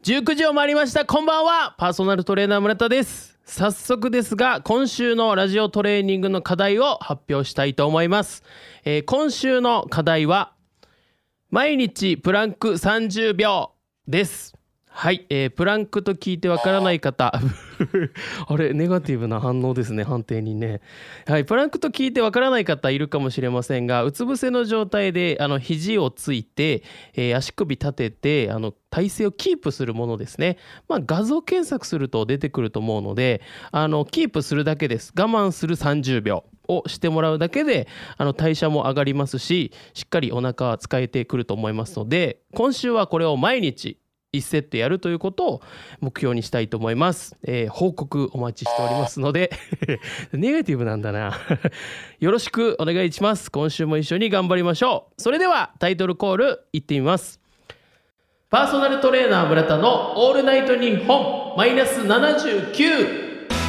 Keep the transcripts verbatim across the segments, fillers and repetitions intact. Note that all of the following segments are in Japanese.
じゅうくじを回りました。こんばんは。パーソナルトレーナー村田です。早速ですが、今週のラジオトレーニングの課題を発表したいと思います。えー、今週の課題は毎日プランクさんじゅうびょうです。はい、えー、プランクと聞いてわからない方あれネガティブな反応ですね、判定にね。はい、プランクと聞いてわからない方いるかもしれませんが、うつ伏せの状態であの肘をついて、えー、足首立ててあの体勢をキープするものですね。まあ、画像検索すると出てくると思うので、あのキープするだけです。我慢するさんじゅうびょうをしてもらうだけであの代謝も上がりますし、しっかりお腹は使えてくると思いますので、今週はこれを毎日いちセットやるということを目標にしたいと思います。えー、報告お待ちしておりますのでネガティブなんだなよろしくお願いします。今週も一緒に頑張りましょう。それではタイトルコールいってみます。パーソナルトレーナー村田のオールナイトニッポンマイナスななじゅうきゅう。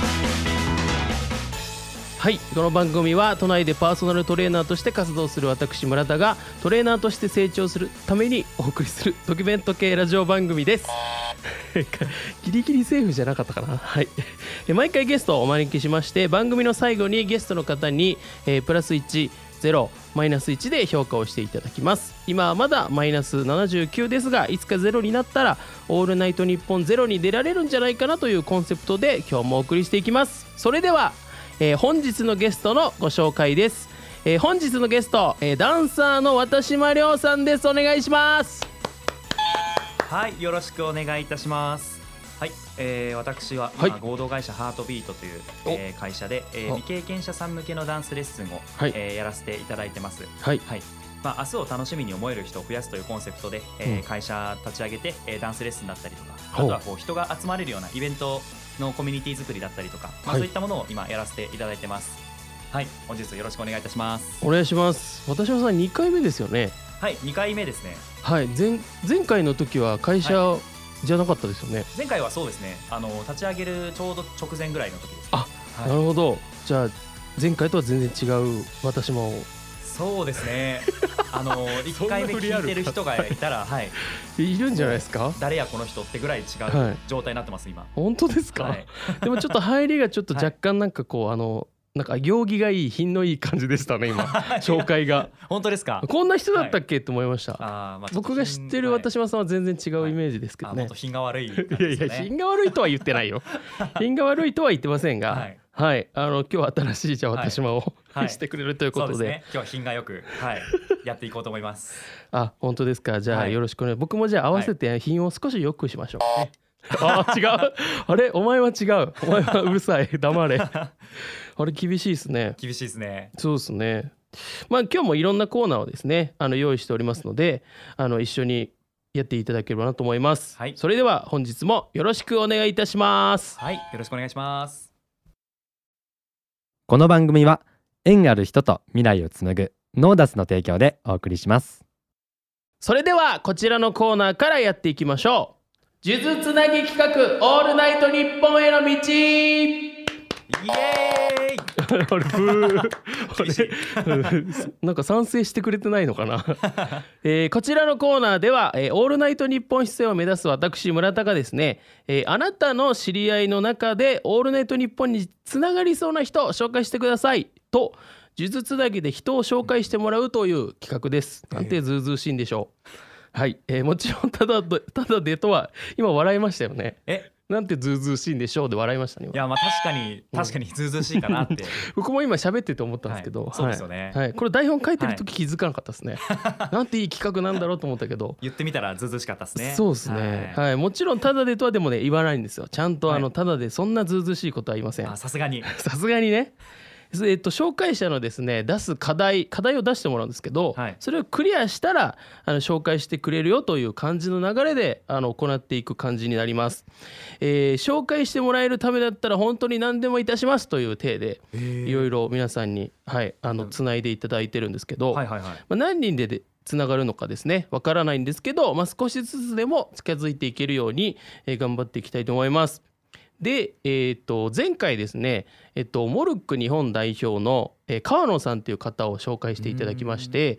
はい、この番組は都内でパーソナルトレーナーとして活動する私村田がトレーナーとして成長するためにお送りするドキュメント系ラジオ番組ですギリギリセーフじゃなかったかな。はい、毎回ゲストをお招きしまして、番組の最後にゲストの方に、えー、プラスいち、ゼロ、マイナスいちで評価をしていただきます。今はまだマイナスななじゅうきゅうですが、いつかゼロになったらオールナイトニッポンゼロに出られるんじゃないかなというコンセプトで今日もお送りしていきます。それではえー、本日のゲストのご紹介です。えー、本日のゲスト、えー、ダンサーの渡島亮さんです。お願いします。 はい、よろしくお願いいたします。はい、えー、私は今、はい、合同会社ハートビートという、えー、会社で、えー、未経験者さん向けのダンスレッスンを、はい、えー、やらせていただいてます。はい、はい、まあ、明日を楽しみに思える人を増やすというコンセプトで、えーうん、会社立ち上げて、えー、ダンスレッスンだったりとか、あとはこう人が集まれるようなイベントのコミュニティ作りだったりとか、まあ、そういったものを今やらせていただいてます。はい、本日よろしくお願いいたします。 お願いします。私もさんにかいめですよね。 はい、にかいめですね。 はい、前, 前回の時は会社じゃなかったですよね。はい、 前回はそうですね、あの立ち上げるちょうど直前ぐらいの時です、ね。 あ、はい、なるほど。じゃあ前回とは全然違う私も。 そうですねあのいっかいめ聞いてる人がいたらはいいるんじゃないですか。 誰やこの人ってぐらい違う状態になってます、はい、今。 本当ですか。はい、でもちょっと入りがちょっと若干なんかこう、はい、あのなんか行儀がいい品のいい感じでしたね今紹介が。 本当ですか。 こんな人だったっけ、はい、って思いました。あ、まあ、僕が知ってる渡島さんは全然違うイメージですけどね。はい、 あ、もっと品が悪い、ね、 いやいや品が悪いとは言ってないよ品が悪いとは言ってませんが、はい、はい、あの今日新しいじゃあ渡島を、はい、してくれるということで、 そうですね、今日は品がよく、はい、やっていこうと思いますあ、本当ですか。じゃあよろしくお願い、はい、僕もじゃあ合わせて品を少し良くしましょう、ね。あ、違うあれお前は違う、お前はうるさい黙れあれ厳しいですね。 厳しいですね。 そうですね。まあ今日もいろんなコーナーをですねあの用意しておりますので、あの一緒にやっていただければなと思います。はい、それでは本日もよろしくお願いいたします。 はい、よろしくお願いします。 この番組は縁ある人と未来をつなぐノーダスの提供でお送りします。 それではこちらのコーナーからやっていきましょう。数珠つなぎ企画オールナイトニッポンへの道。イエーイあれブーあれなんか賛成してくれてないのかな、えー、こちらのコーナーでは、えー、オールナイトニッポン出演を目指す私村田がですね、えー、あなたの知り合いの中でオールナイトニッポンにつながりそうな人を紹介してくださいと数珠つなぎで人を紹介してもらうという企画です。なんてずうずうしいんでしょう。はい、えー、もちろんただただでとは今笑いましたよね。えなんてずうずうしいんでしょうで笑いましたね。 いや、まあ確かに確かにずうずうしいかなって僕も今喋ってて思ったんですけど、 はい、そうですよね、 はいはい、これ台本書いてる時気づかなかったですね、はい、なんていい企画なんだろうと思ったけど言ってみたらずうずうしかったですね。 そうですね、はいはい、もちろんただでとはでもね言わないんですよ。ちゃんとあの、はい、ただでそんなずうずうしいことは言いません。 さすがにさすがにね。えっと、紹介者のですね出す課題課題を出してもらうんですけど、はい、それをクリアしたらあの紹介してくれるよという感じの流れであの行っていく感じになります。えー、紹介してもらえるためだったら本当に何でもいたしますという体でいろいろ皆さんに、はい、あのつないでいただいてるんですけど、はいはいはい、まあ、何人ででつながるのかですねわからないんですけど、まあ、少しずつでも近づいていけるように、えー、頑張っていきたいと思います。で、えー、と前回ですね、えっと、モルック日本代表の、えー、川野さんという方を紹介していただきまして、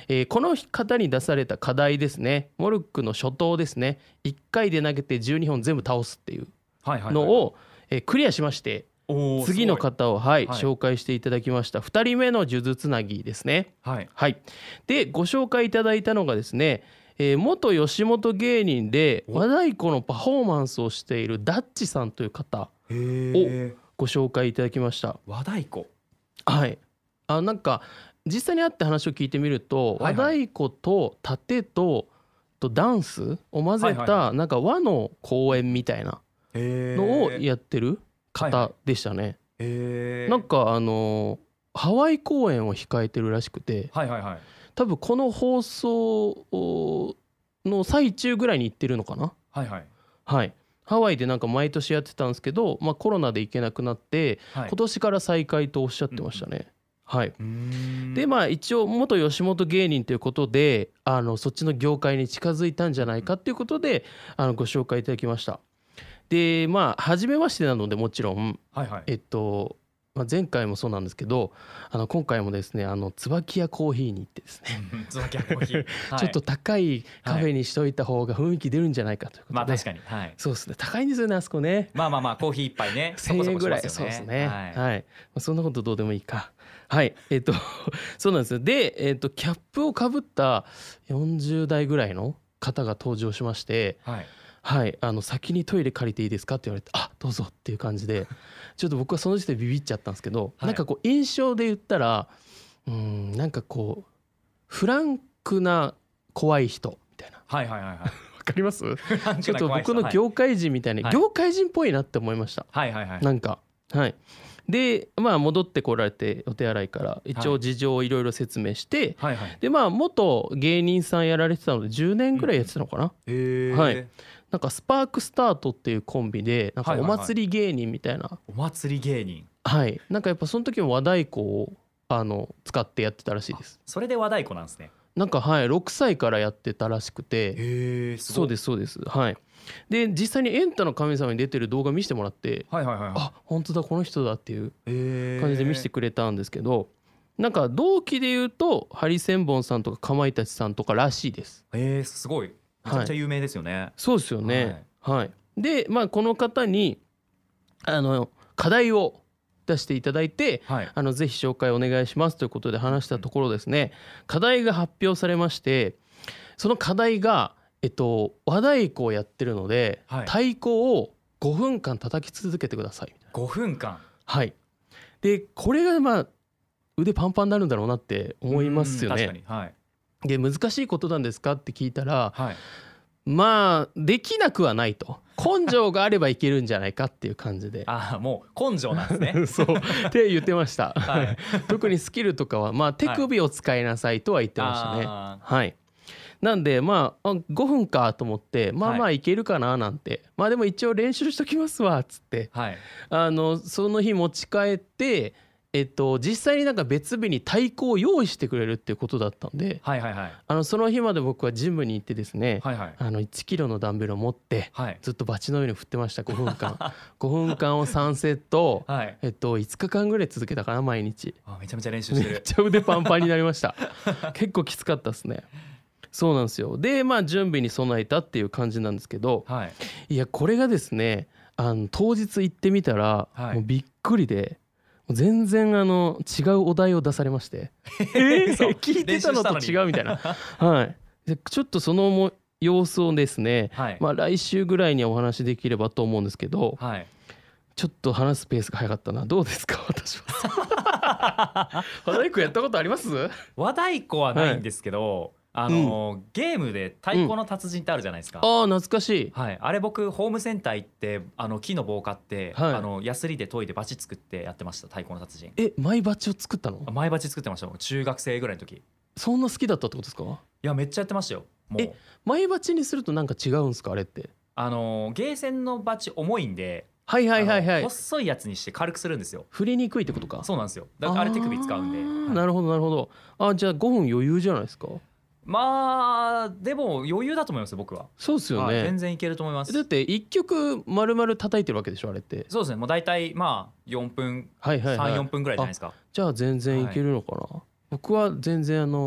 えーこの方に出された課題ですね、モルックの初投ですね、いっかいで投げてじゅうにほん全部倒すっていうはいはいはいのを、えークリアしまして、 おー次のすごい方を、はいはい紹介していただきました。ふたりめの数珠つなぎですね。 はいはい、でご紹介いただいたのがですね、えー元吉本芸人でお和太鼓のパフォーマンスをしているダッチさんという方へえご紹介いただきました。 和太鼓はい、あなんか実際に会って話を聞いてみると、 はいはい和太鼓と盾ととダンスを混ぜはいはいたはなんか和の公演みたいなへのをえやってるはいは方でしたね。 へえなんかあのーハワイ公演を控えてるらしくて、 はいはいはい多分この放送の最中ぐらいに行ってるのかな。 はいはいはい、ハワイでなんか毎年やってたんですけど、まあ、コロナで行けなくなって、 はい今年から再開とおっしゃってましたね。はい、 うーんでまあ一応元吉本芸人ということで、あのそっちの業界に近づいたんじゃないかっていうことで、あのご紹介いただきました。でまあ初めましてなのでもちろん、 はいはいえっとまあ、前回もそうなんですけど、あの今回もですね、あの椿屋コーヒーに行ってですね、 椿屋コーヒーはいちょっと高いカフェにしといた方が雰囲気出るんじゃないかということで、 まあ確かにはいそうですね、高いんですよねあそこね。 まあまあまあコーヒー一杯ねせんえんぐらい、 そこそこしますよそうですね。 はいはい、まあそんなことどうでもいいか。はい、えっとそうなんですよ。で、えっとキャップをかぶったよんじゅう代ぐらいの方が登場しまして、 はいはい、あの先にトイレ借りていいですかって言われて、あどうぞっていう感じで、ちょっと僕はその時点でビビっちゃったんですけど、 はいなんかこう印象で言ったら、うーんなんかこうフランクな怖い人みたいな。 はいはいはいはいわかります？ちょっと僕のはい業界人みたいに、 はい業界人っぽいなって思いました。 はいはいはいなんかはい。でまあ戻ってこられてお手洗いから一応事情をいろいろ説明して、 はいはいでまあ元芸人さんやられてたのでじゅうねんぐらいやってたのかな。 へえはいなんかスパークスタートっていうコンビでなんかおはいはいはい祭り芸人みたいな、 お祭り芸人はいなんかやっぱその時も和太鼓をあの使ってやってたらしいです。 それで和太鼓なんですねなんかはいろくさいからやってたらしくて、 へえそうですすそうですはい。で実際にエンタの神様に出てる動画見せてもらって、 はいはいはいあ本当だこの人だっていうへえ感じで見せてくれたんですけど、なんか同期で言うとハリセンボンさんとかかまいたちさんとからしいです。 へえすごいめちゃくちゃ有名ですよねそうですよね。はい、でまあこの方にあの課題を出していただいて、 はいあのぜひ紹介お願いしますということで話したところですね、課題が発表されまして、その課題が、えっと、和太鼓をやってるので、 はい太鼓をごふんかん叩き続けてくださいみたいな。 ごふんかんはい、でこれがまあ腕パンパンになるんだろうなって思いますようん確かね。 にはいで難しいことなんですかって聞いたら、 はいまあできなくはないと、根性があればいけるんじゃないかっていう感じでああもう根性なんですねそうって言ってました、 はい特にスキルとかはまあ手首を使いなさいとは言ってましたね。 あはい、なんでまああごふんかと思ってまあまあいけるかななんて、まあでも一応練習しときますわっつってーはいあのその日持ち帰ってえっと実際になんか別日に太鼓を用意してくれるっていうことだったんで、 はいはいはいあのその日まで僕はジムに行ってですね、 はいはいあのいちキロのダンベルを持ってはいずっとバチのように振ってました。ごふんかんごふんかんをさんセット、 はいえっといつかかんぐらい続けたかな毎日。 あめちゃめちゃ練習してるめっちゃ腕パンパンになりました結構きつかったですね。そうなんですよ。でまあ準備に備えたっていう感じなんですけど、 はいいやこれがですねあの当日行ってみたら、 はいもうびっくりでもう全然あの違うお題を出されましてえ嘘聞いてたのと練習したのに違うみたいなはいでちょっとそのも様子をですね、 はいまあ、来週ぐらいにお話できればと思うんですけど、 はいちょっと話すペースが早かったな。どうですか私は和太鼓やったことあります？ 和太鼓はないんですけど、あのゲームで太鼓の達人ってあるじゃないですか、 ああ懐かしい。 はい、あれ僕ホームセンター行ってあの木の棒買って、 はいあのヤスリで研いでバチ作ってやってました太鼓の達人。 えマイバッジを作ったの？ 前バチ作ってました中学生ぐらいの時。いそんな好きだったってことですか？ やめっちゃやってましたよもうえマイバッジにするとなんか違うんですかあれって？ あのゲーセンのバチ重いんで、 はいはいはいはあのい。 細いやつにして軽くするんですよ。 振りにくいってことか。 そうなんですよ。だからあれ手首使うんで、 あーはいなるほどなるほど。あじゃあごふん余裕じゃないですか。 まあでも余裕だと思いますよ僕は。 そうですよはい、 ね全。然いけると思います。 だって一曲丸々叩いてるわけでしょあれって。 そうですねもう大体まあよんぷんはいはいはい。 さん、よんぷんぐらいじゃないですか。 じゃあ全然いけるのかな。僕は全然あの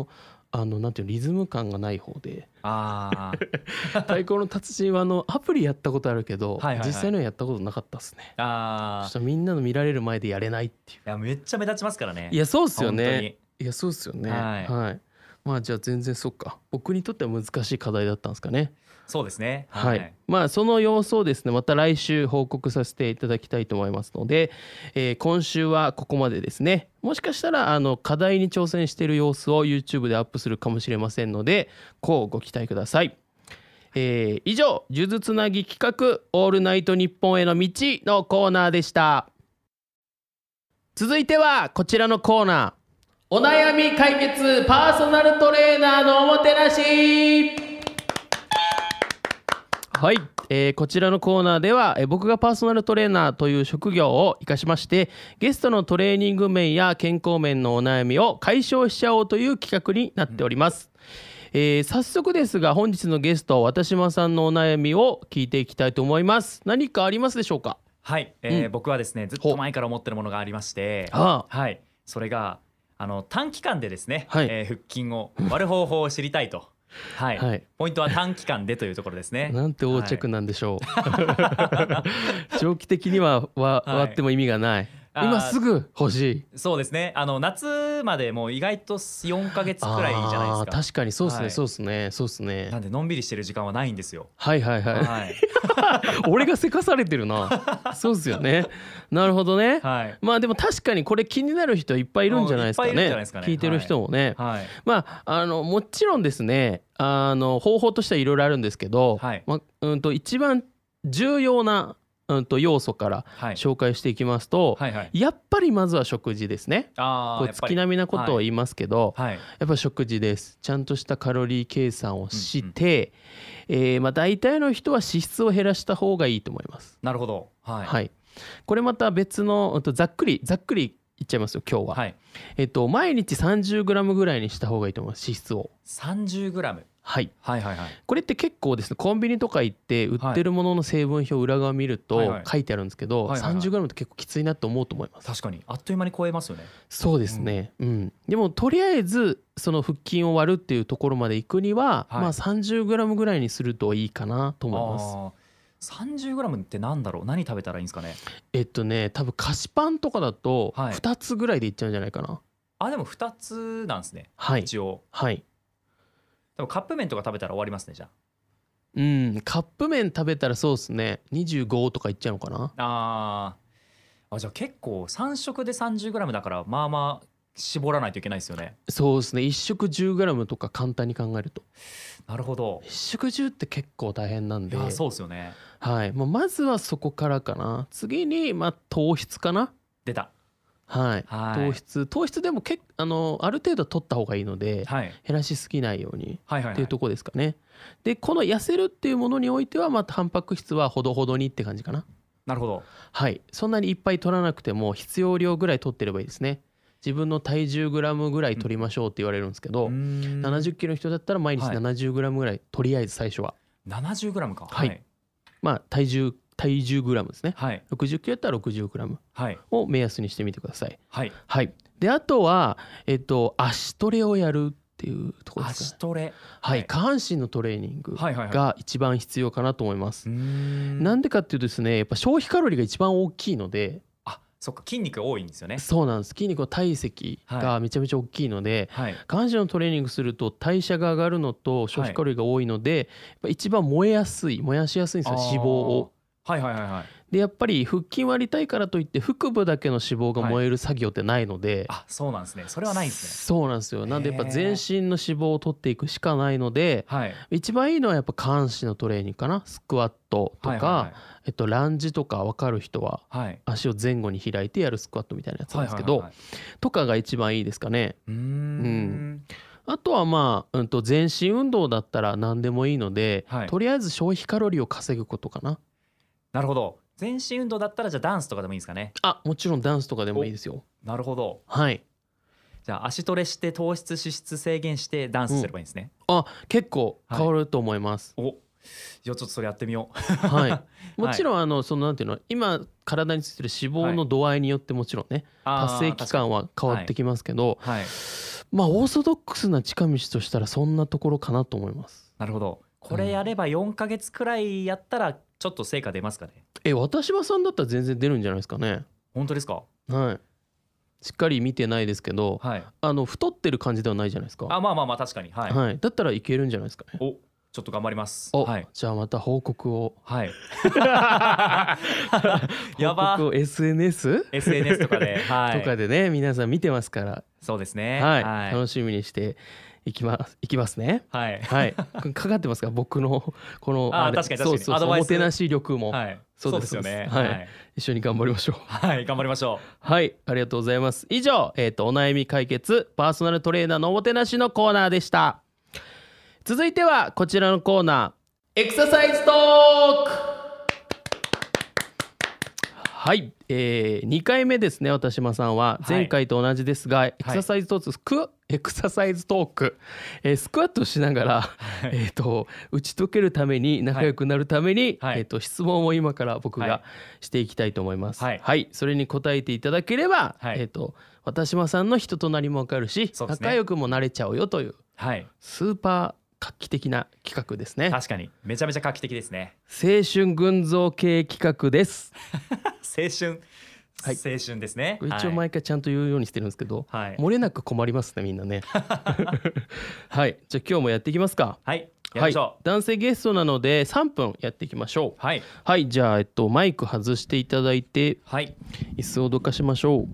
あのなんていうのリズム感がない方であ太鼓の達人はあのアプリやったことあるけど、 はいはいはい実際のはやったことなかったですね。 あそしたらみんなの見られる前でやれないっていう。 いやめっちゃ目立ちますからね。 いやそうっすよ本当ね。 にいやそうっすよね。 はいはい。まあじゃあ全然そっか。僕にとっては難しい課題だったんですかね。 そうですね。 はい、まあその様子をですねまた来週報告させていただきたいと思いますので、えー今週はここまでですね。もしかしたらあの課題に挑戦している様子を YouTube でアップするかもしれませんのでこうご期待ください。えー以上数珠つなぎ企画オールナイトニッポンへの道のコーナーでした。続いてはこちらのコーナー、お悩み解決パーソナルトレーナーのおもてなし。はい、えーこちらのコーナーでは、えー僕がパーソナルトレーナーという職業を生かしましてゲストのトレーニング面や健康面のお悩みを解消しちゃおうという企画になっております。えー早速ですが本日のゲスト渡島さんのお悩みを聞いていきたいと思います。何かありますでしょうか？ はい、えーうん僕はですねずっと前から思ってるものがありまして、 あはい、それがあの短期間でですね、 はいえー腹筋を割る方法を知りたいと、はいあ、はいポイントは短期間でというところですね。 なんて横着なんでしょう、長期的にはわはい割っても意味がない。 あー今すぐ欲しい。 そうですね、あの夏までもう意外とよんかげつくらいじゃないですか。 あー確かにそうですね、 はいそうですねそうですね。 なんでのんびりしてる時間はないんですよ。 はいはいはい、 はい、 俺がせかされてるな。そうですよね。なるほどね。 はい、 まあでも確かにこれ気になる人いっぱいいるんじゃないですかいっぱいいるんね。 じゃないですかね聞いてる人もね。 はい、 まああのもちろんですね、あの方法としてはいろいろあるんですけど、 はいまあうんと一番重要なうんと要素からはい、 紹介していきますと、 はいはい、 やっぱりまずは食事ですね。こうあーやっぱり月並みなことを言いますけど、 はい、 やっぱ食事です。ちゃんとしたカロリー計算をして、えーまあ大体の人は脂質を減らした方がいいと思います。 なるほど、はい、 はい、これまた別のうんとざっくりざっくり言っちゃいますよ今日は、 はい、 えっと毎日 さんじゅうグラム ぐらいにした方がいいと思います、脂質を。 さんじゅうグラム、 はい、 はいはいはい、 これって結構ですねコンビニとか行って売ってるものの成分表裏側見るとはいはい書いてあるんですけど、 はいはいはいさんじゅうグラム って結構きついなと思うと思います。 確かにあっという間に超えますよね。 そうですね、うんでもとりあえずその腹筋を割るっていうところまで行くには、 はいまあ さんじゅうグラム ぐらいにするといいかなと思います。 あーさんじゅうグラムってなんだろう、何食べたらいいんですかね。 えっとね多分菓子パンとかだとはいふたつぐらいでいっちゃうんじゃないかな。 あでもふたつなんですね、 はい一応。 はい、 でもカップ麺とか食べたら終わりますねじゃうんカップ麺食べたらそうですねにじゅうごとかいっちゃうのかな。 あ。あーあじゃあ結構さん食で さんじゅうグラム だからまあまあ絞らないといけないですよね。 そうですねいっ食 じゅうグラム とか簡単に考えるとなるほど。 いっ食じゅうって結構大変なんで、 いやそうですよね。 はいもうまずはそこからかな。次にまあ糖質かな。 出た。 はい、 はい糖質糖質でもけあのある程度取った方がいいのではい減らしすぎないようにはいはい、はい、 っていうところですかね。でこの痩せるっていうものにおいてはまあタンパク質はほどほどにって感じかな。 なるほど。 はいそんなにいっぱい取らなくても必要量ぐらい取ってればいいですね。自分の体重グラムぐらい取りましょうって言われるんですけど、 うーんななじゅっキロの人だったら毎日はいななじゅうグラム ぐらいとりあえず最初は、 ななじゅうグラム か。 はいまあ体重体重グラムですね。 はいろくじゅっキロだったら ろくじゅうグラムはいを目安にしてみてください。 はい。 はいであとはえっと足トレをやるっていうところですかね。 足トレ。 はい、 はい下半身のトレーニングはいはいはい。 が一番必要かなと思います。 うーんなんでかっていうとですねやっぱ消費カロリーが一番大きいので。 あそっか筋肉多いんですよね。 そうなんです筋肉の体積がめちゃめちゃ大きいので、 はい下半身のトレーニングすると代謝が上がるのと消費カロリーが多いので、やっぱ一番燃えやすい燃やしやすいんですよ脂肪を。 はいはいはいはい。 でやっぱり腹筋割りたいからといって腹部だけの脂肪が燃える作業ってないので、 あそうなんですね。それはないんですね。 そうなんですよ。なんでやっぱへー全身の脂肪を取っていくしかないので、 はい一番いいのはやっぱ下半身のトレーニングかな。スクワットとか、 はいはいえっと、ランジとか分かる人ははいはい足を前後に開いてやるスクワットみたいなやつなんですけど、 はいはいはいとかが一番いいですかね。 うーんあとはまあ、うん、と全身運動だったら何でもいいので、 はいとりあえず消費カロリーを稼ぐことかな。 なるほど。全身運動だったらじゃあダンスとかでもいいですかね。 あもちろんダンスとかでもいいですよ。 なるほど。 はいじゃあ足トレして糖質脂質制限してダンスすればいいんですね。 あ結構変わると思います。 おじゃあちょっとそれやってみよう。 はいもちろんあのそのなんていうの今体についてる脂肪の度合いによってもちろんね、 あー達成期間は変わってきますけど、 はいまあオーソドックスな近道としたらそんなところかなと思います。 なるほど。これやればよんかげつくらいやったらちょっと成果出ますかね。 え、渡島さんだったら全然出るんじゃないですかね。 本当ですか。 はい。しっかり見てないですけど、 はい、 あの太ってる感じではないじゃないですか。 あ、まあまあまあ確かに、はい、 はい、だったらいけるんじゃないですかね。 お、ちょっと頑張ります。 お、 はい、 じゃあまた報告を。 はい。やば。 報告を エスエヌエス？ エスエヌエス とかで、はい、 とかでね、皆さん見てますから。 そうですね。 はい、 はい、 楽しみにしていきます。いきますね。 はい。 はい。かかってますか、僕のこのあ、確かに確かに。 そうそうそう、おもてなし力も。 はい。 そうですよね。はい。一緒に頑張りましょう。 はい、頑張りましょう。 はい、ありがとうございます。以上、えっとお悩み解決パーソナルトレーナーのおもてなしのコーナーでした。続いてはこちらのコーナー、エクササイズトーク。はい、えー、にかいめですね。渡島さんは前回と同じですが、はい、エクササイズトーク、はい、エクササイズトーク、えー、スクワットしながら、はい、えーと打ち解けるために、仲良くなるために、はい、えーと質問を今から僕がしていきたいと思います。はい、はい、それに答えていただければ、はい、えーと渡島さんの人となりも分かるし、ね、仲良くもなれちゃうよという、はい、スーパー画期的な企画ですね。 確かにめちゃめちゃ画期的ですね。 青春群像系企画です。 青春、はい、青春ですね。 一応毎回ちゃんと言うようにしてるんですけど、はい、漏れなく困りますね、みんなね。はい、じゃあ今日もやっていきますか。 はい、やりましょう。はい、 男性ゲストなのでさんぷんやっていきましょう。 はい、 はい、じゃあ、えっと、マイク外していただいて、はい、椅子をどかしましょう。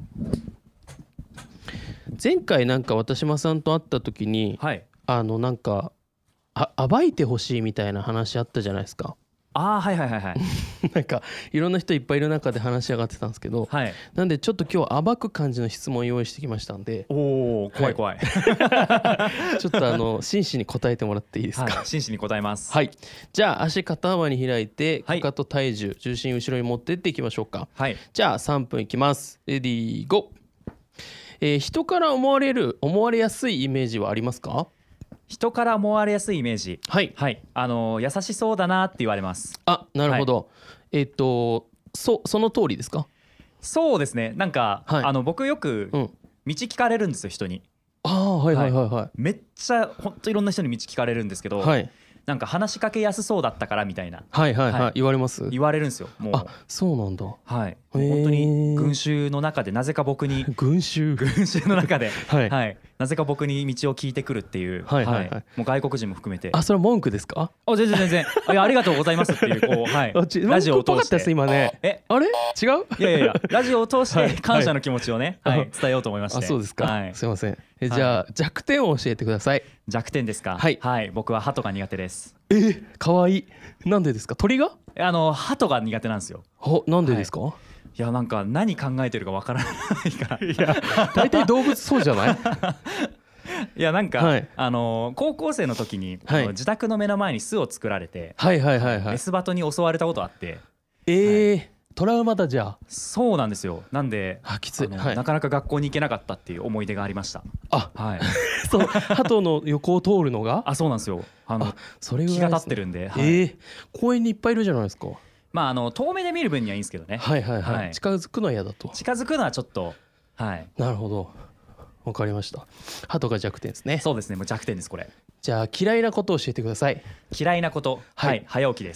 前回なんか渡島さんと会った時に、はい、あのなんかあ暴いてほしいみたいな話あったじゃないですか。 あー、はいはいはいはい。 なんかいろんな人いっぱいいる中で話し上がってたんですけど、はい、なんでちょっと今日は暴く感じの質問を用意してきましたんで。 おお、怖い怖い。 ちょっとあの真摯に答えてもらっていいですか。 はい、真摯に答えます。 はい、じゃあ足肩幅に開いて、かかと体重、重心後ろに持ってっていきましょうか。はい、じゃあさんぷんいきます。レディーゴー。えー、人から思われる思われやすいイメージはありますか？ 人から思われやすいイメージ、はい、はい、あの優しそうだなって言われます。 あ、なるほど。はい、えっとそその通りですか？ そうですね。なんか、はい、あの僕よく道聞かれるんですよ、人に。 ああ、はいはいはいはい。 めっちゃ本当いろんな人に道聞かれるんですけど、はい、なんか話しかけやすそうだったからみたいな、 はいはいはい、はい、言われます。 言われるんですよ。もう、 あ、そうなんだ。 はい、本当に群衆の中でなぜか僕に群衆群衆の中で、はい、はい、なぜか僕に道を聞いてくるっていう、はいはいはい、はい、もう外国人も含めて。 あ、それは文句ですか？ あ、全然全然いや、ありがとうございますっていうこう、はい、ラジオを通して。 今ね、え、あれ違う？ いやいやいや、ラジオを通して感謝の気持ちをね、はいはい、伝えようと思いまして。 あ、そうですか。はい、すいません。え、じゃあ、はい、弱点を教えてください。 弱点ですか？ はい、 はい、僕は鳩が苦手です。 えー、かわいい。なんでですか？鳥が？ あの鳩が苦手なんですよ。 は、なんでですか？はい、 いや、なんか何考えてるかわからないから。いや、 大体動物そうじゃない？ いや、なんか、はい、あの高校生の時に、はい、自宅の目の前に巣を作られて、はいはいはいはい、メスバトに襲われたことあって。えー、はい、トラウマだ。じゃあ。そうなんですよ。なんで、あ、きつい、はい、なかなか学校に行けなかったっていう思い出がありました。 あ、 はい。 そう、鳩の横を通るのが？ あ、そうなんですよ。あのあ、それぐらいですね。気が立ってるんで、はい、 えー、公園にいっぱいいるじゃないですか。 まあ、あの遠目で見る分にはいいんですけどね。 はいはいはい、はい、近づくのは嫌だと。 近づくのはちょっと、はい。なるほど、わかりました。鳩が弱点ですね。 そうですね、もう弱点ですこれ。 じゃあ嫌いなことを教えてください。 嫌いなこと、はい、はい、早起きです。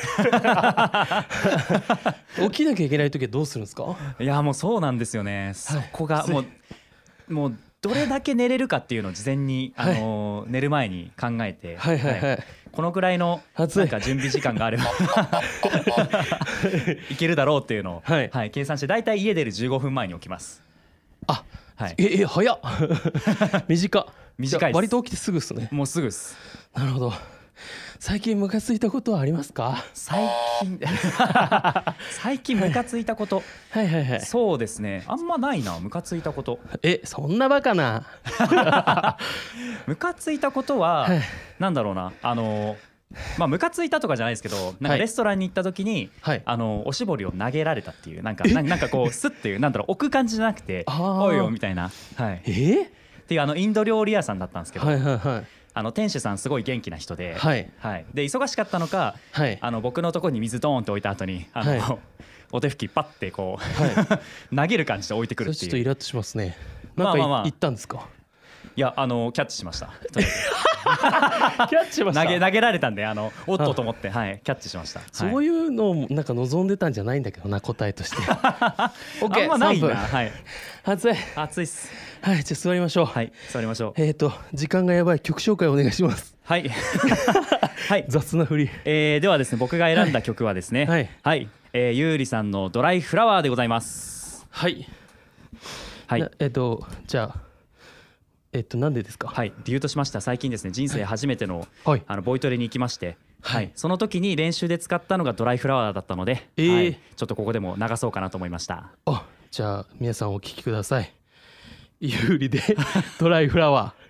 起きなきゃいけない時はどうするんですか？ いや、もうそうなんですよね。そこがもうもうどれだけ寝れるかっていうのを事前に、あのーはい、寝る前に考えて、はいはいはい、このくらいのなんか準備時間があればいけるだろうっていうのを、はいはい、計算してだいたい家出るじゅうごふんまえに起きます。 あ、はい、ええ、早っ。短っ。 短いです。 割と起きてすぐっすね。 もうすぐっす。 なるほど。最近ムカついたことはありますか？ 最近最近ムカついたこと、 はいはいはい、 そうですね、あんまないな。ムカついたこと、 え、そんなバカな。 ムカついたことは、はい、なんだろうな、あのまあムカついたとかじゃないですけど、なんかレストランに行った時に、はい、あのおしぼりを投げられたっていう、なんかなんかこうスッっていう、なんだろう、置く感じじゃなくて、おいよみたいな、はい、えー、っていうあのインド料理屋さんだったんですけど、はいはいはい、あの店主さんすごい元気な人で、はいはい、で忙しかったのか、はい、あの僕のところに水ドーンって置いた後にあの、はい、お手拭きパッてこう、はい、投げる感じで置いてくるっていう。 ちょっとイラッとしますね。なんか、まあまあまあ、言ったんですか？ いやあのキャッチしましたキャッチしました投げ投げられたんであのおっとと思ってはいキャッチしました。 そういうのをなんか望んでたんじゃないんだけどな答えとして。オッケー、 あんまないな。 さんぷん。 はい。 暑い。 暑いっす。 はい、じゃあ座りましょう。 はい、座りましょう。 えっと時間がやばい、曲紹介お願いします。 はい。はい。 雑な振り。 えー、ではですね、僕が選んだ曲はですね、 はい。 はい、えー、ゆうりさんのドライフラワーでございます。 はい。 はい。 えっとじゃあえっとなんでですか。 はい。理由としましては最近ですね、人生初めての、 はい、 あのボイトレに行きまして。 はい、 はい、その時に練習で使ったのがドライフラワーだったので、えーはい、ちょっとここでも流そうかなと思いました。 あ、じゃあ皆さんお聴きください。ゆうりでドライフラワー。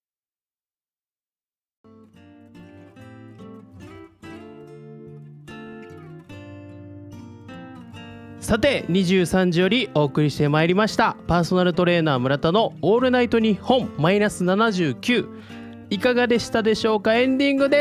さてにじゅうさんじよりお送りしてまいりましたパーソナルトレーナー村田のオールナイトニッポンマイナスななじゅうきゅう、いかがでしたでしょうか。エンディングです。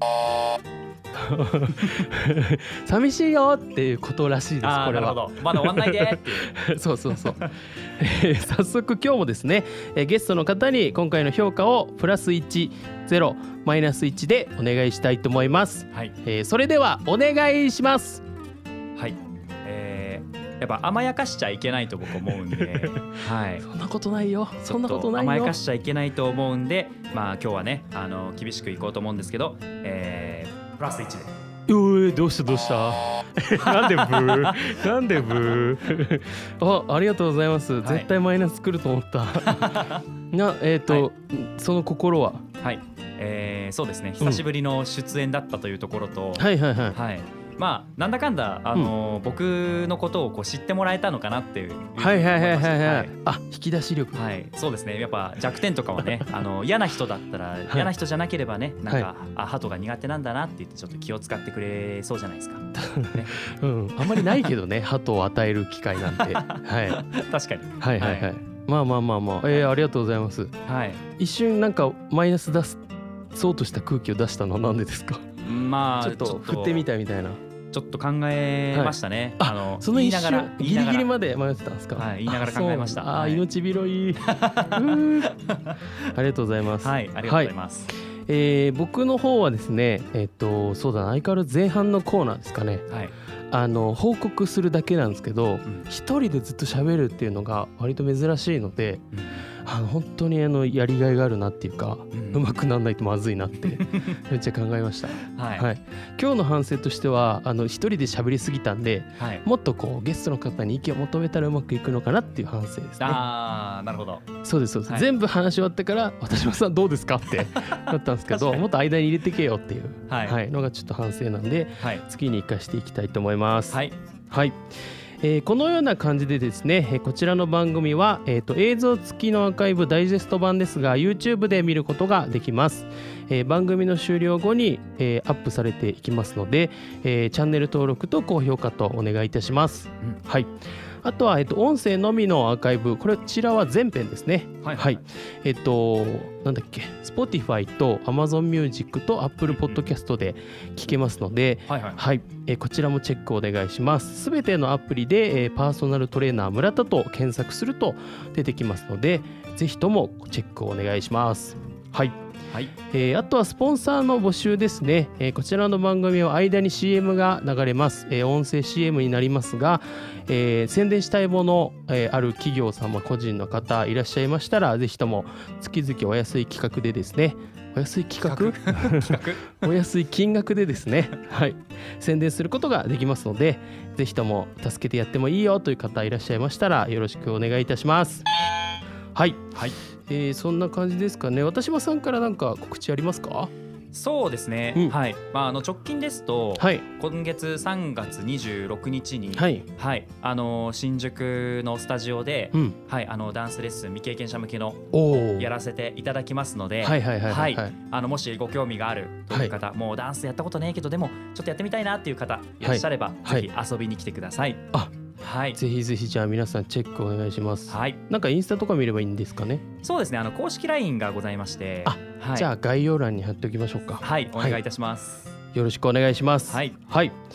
寂しいよっていうことらしいです。 あ、これはなるほど、まだ終わんないでっていうそうそうそう、えー、早速今日もですね、えー、ゲストの方に今回の評価をプラスいち、ゼロ、マイナスいちでお願いしたいと思います、はい。えー、それではお願いします。 はい、えー、やっぱ甘やかしちゃいけないと僕思うんではい、 そんなことないよ、そんなことないよ、 甘やかしちゃいけないと思うんで、まあ今日はね、あの厳しくいこうと思うんですけど、えー、プラスいちで。 うえ、どうしたどうしたなんでブーなんでブーあ、ありがとうございます、はい、絶対マイナス来ると思ったな、えっ、ー、と、はい、その心は。 はい、えー、そうですね、久しぶりの出演だったというところと、 うん、はいはいはい、 はい、まあなんだかんだあの、うん、僕のことをこう知ってもらえたのかなっていう。 はいはいはいはいはい、はい、あ、引き出し力。 はい、そうですね、やっぱ弱点とかはねあの嫌な人だったら、はい、嫌な人じゃなければね、なんか、はい、あ、鳩が苦手なんだなって言ってちょっと気を使ってくれそうじゃないですか、ね。 うん、あんまりないけどね鳩を与える機会なんて。はい、 確かに。 はいはいはい、はい、まあまあまあまあ、えー、ありがとうございます。はい、一瞬なんかマイナス出すそうとした空気を出したのはなんでですか。 まあちょっと振ってみたみたいな。 ちょっと考えましたね。 はい、あのその一瞬ギリギリまで迷ってたんですか。 はい、言いながら考えました。 ああ、命拾いありがとうございます。 はい、ありがとうございます。 はい、えー、僕の方はですね、えっとそうだな、相変わらず前半のコーナーですかね。はい、あの報告するだけなんですけど、一、うん、人でずっと喋るっていうのが割と珍しいので、うん、あの本当にあのやりがいがあるなっていうか、うん、うまくならないとまずいなってめっちゃ考えました。はい、はい、今日の反省としては、あの一人で喋りすぎたんで、はい、もっとこうゲストの方に意見を求めたらうまくいくのかなっていう反省ですね。 ああ、なるほど。 そうですそうです、はい、全部話し終わってから渡島さんどうですかってなったんですけどもっと間に入れてけよっていう、はいはい、のがちょっと反省なんで、はい、次に生かしていきたいと思います。はい、はい、えー、このような感じでですね、えー、こちらの番組は、えーと、映像付きのアーカイブダイジェスト版ですが YouTube で見ることができます。えー、番組の終了後に、えー、アップされていきますので、えー、チャンネル登録と高評価とお願いいたします。うん、はい。あとは、えっと、音声のみのアーカイブ、こちらは全編ですね。はい、はいはい、えっとなんだっけ、Spotify と Amazon Music と Apple Podcast で聞けますので、はいはいはい、えー、こちらもチェックお願いします。すべてのアプリで、えー、パーソナルトレーナー村田と検索すると出てきますので、ぜひともチェックをお願いします。はい。はい、えー、あとはスポンサーの募集ですね。えー、こちらの番組は間に シーエム が流れます。えー、音声 シーエム になりますが、えー、宣伝したいもの、えー、ある企業様個人の方いらっしゃいましたら、ぜひとも月々お安い企画でですね、お安い企画企画お安い金額でですね、はい、宣伝することができますので、ぜひとも助けてやってもいいよという方いらっしゃいましたらよろしくお願いいたします。はい、はい、えー、そんな感じですかね。渡島さんから何か告知ありますか？ そうですね、うん、はい、まあ、あの直近ですと、はい、今月さんがつにじゅうろくにちに、はいはい、あの新宿のスタジオで、うん、はい、あのダンスレッスン未経験者向けのやらせていただきますので、もしご興味があるという方、はい、もうダンスやったことねえけどでもちょっとやってみたいなっていう方いらっしゃれば、はい、ぜひ遊びに来てください。あ、はい、ぜひぜひじゃあ皆さんチェックお願いします。はい、なんかインスタとか見ればいいんですかね？ そうですね、あの公式 ライン がございまして、あ、 はい、じゃあ概要欄に貼っておきましょうか。 はい、お願いいたします。 はい、よろしくお願いします。はい、はい、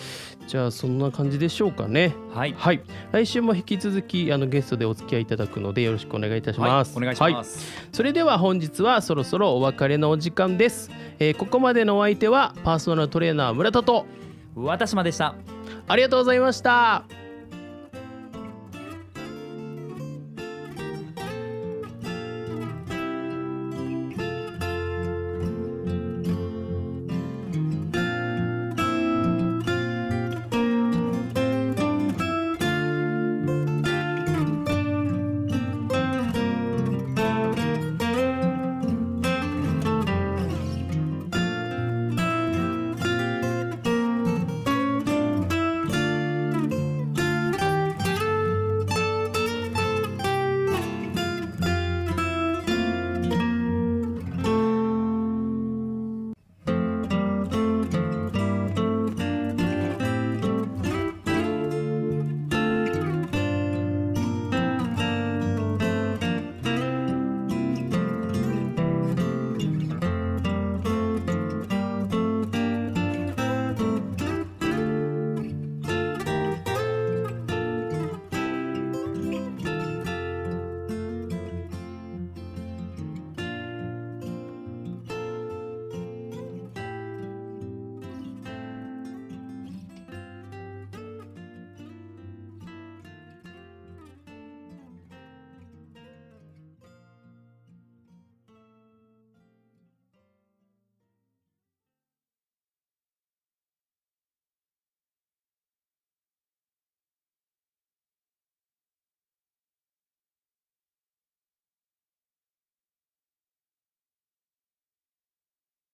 じゃあそんな感じでしょうかね。 はい、 はい、来週も引き続きあのゲストでお付き合いいただくのでよろしくお願いいたします。 はい、お願いします、 はい、それでは本日はそろそろお別れのお時間です。えー、ここまでのお相手はパーソナルトレーナー村田と私までした。 ありがとうございました。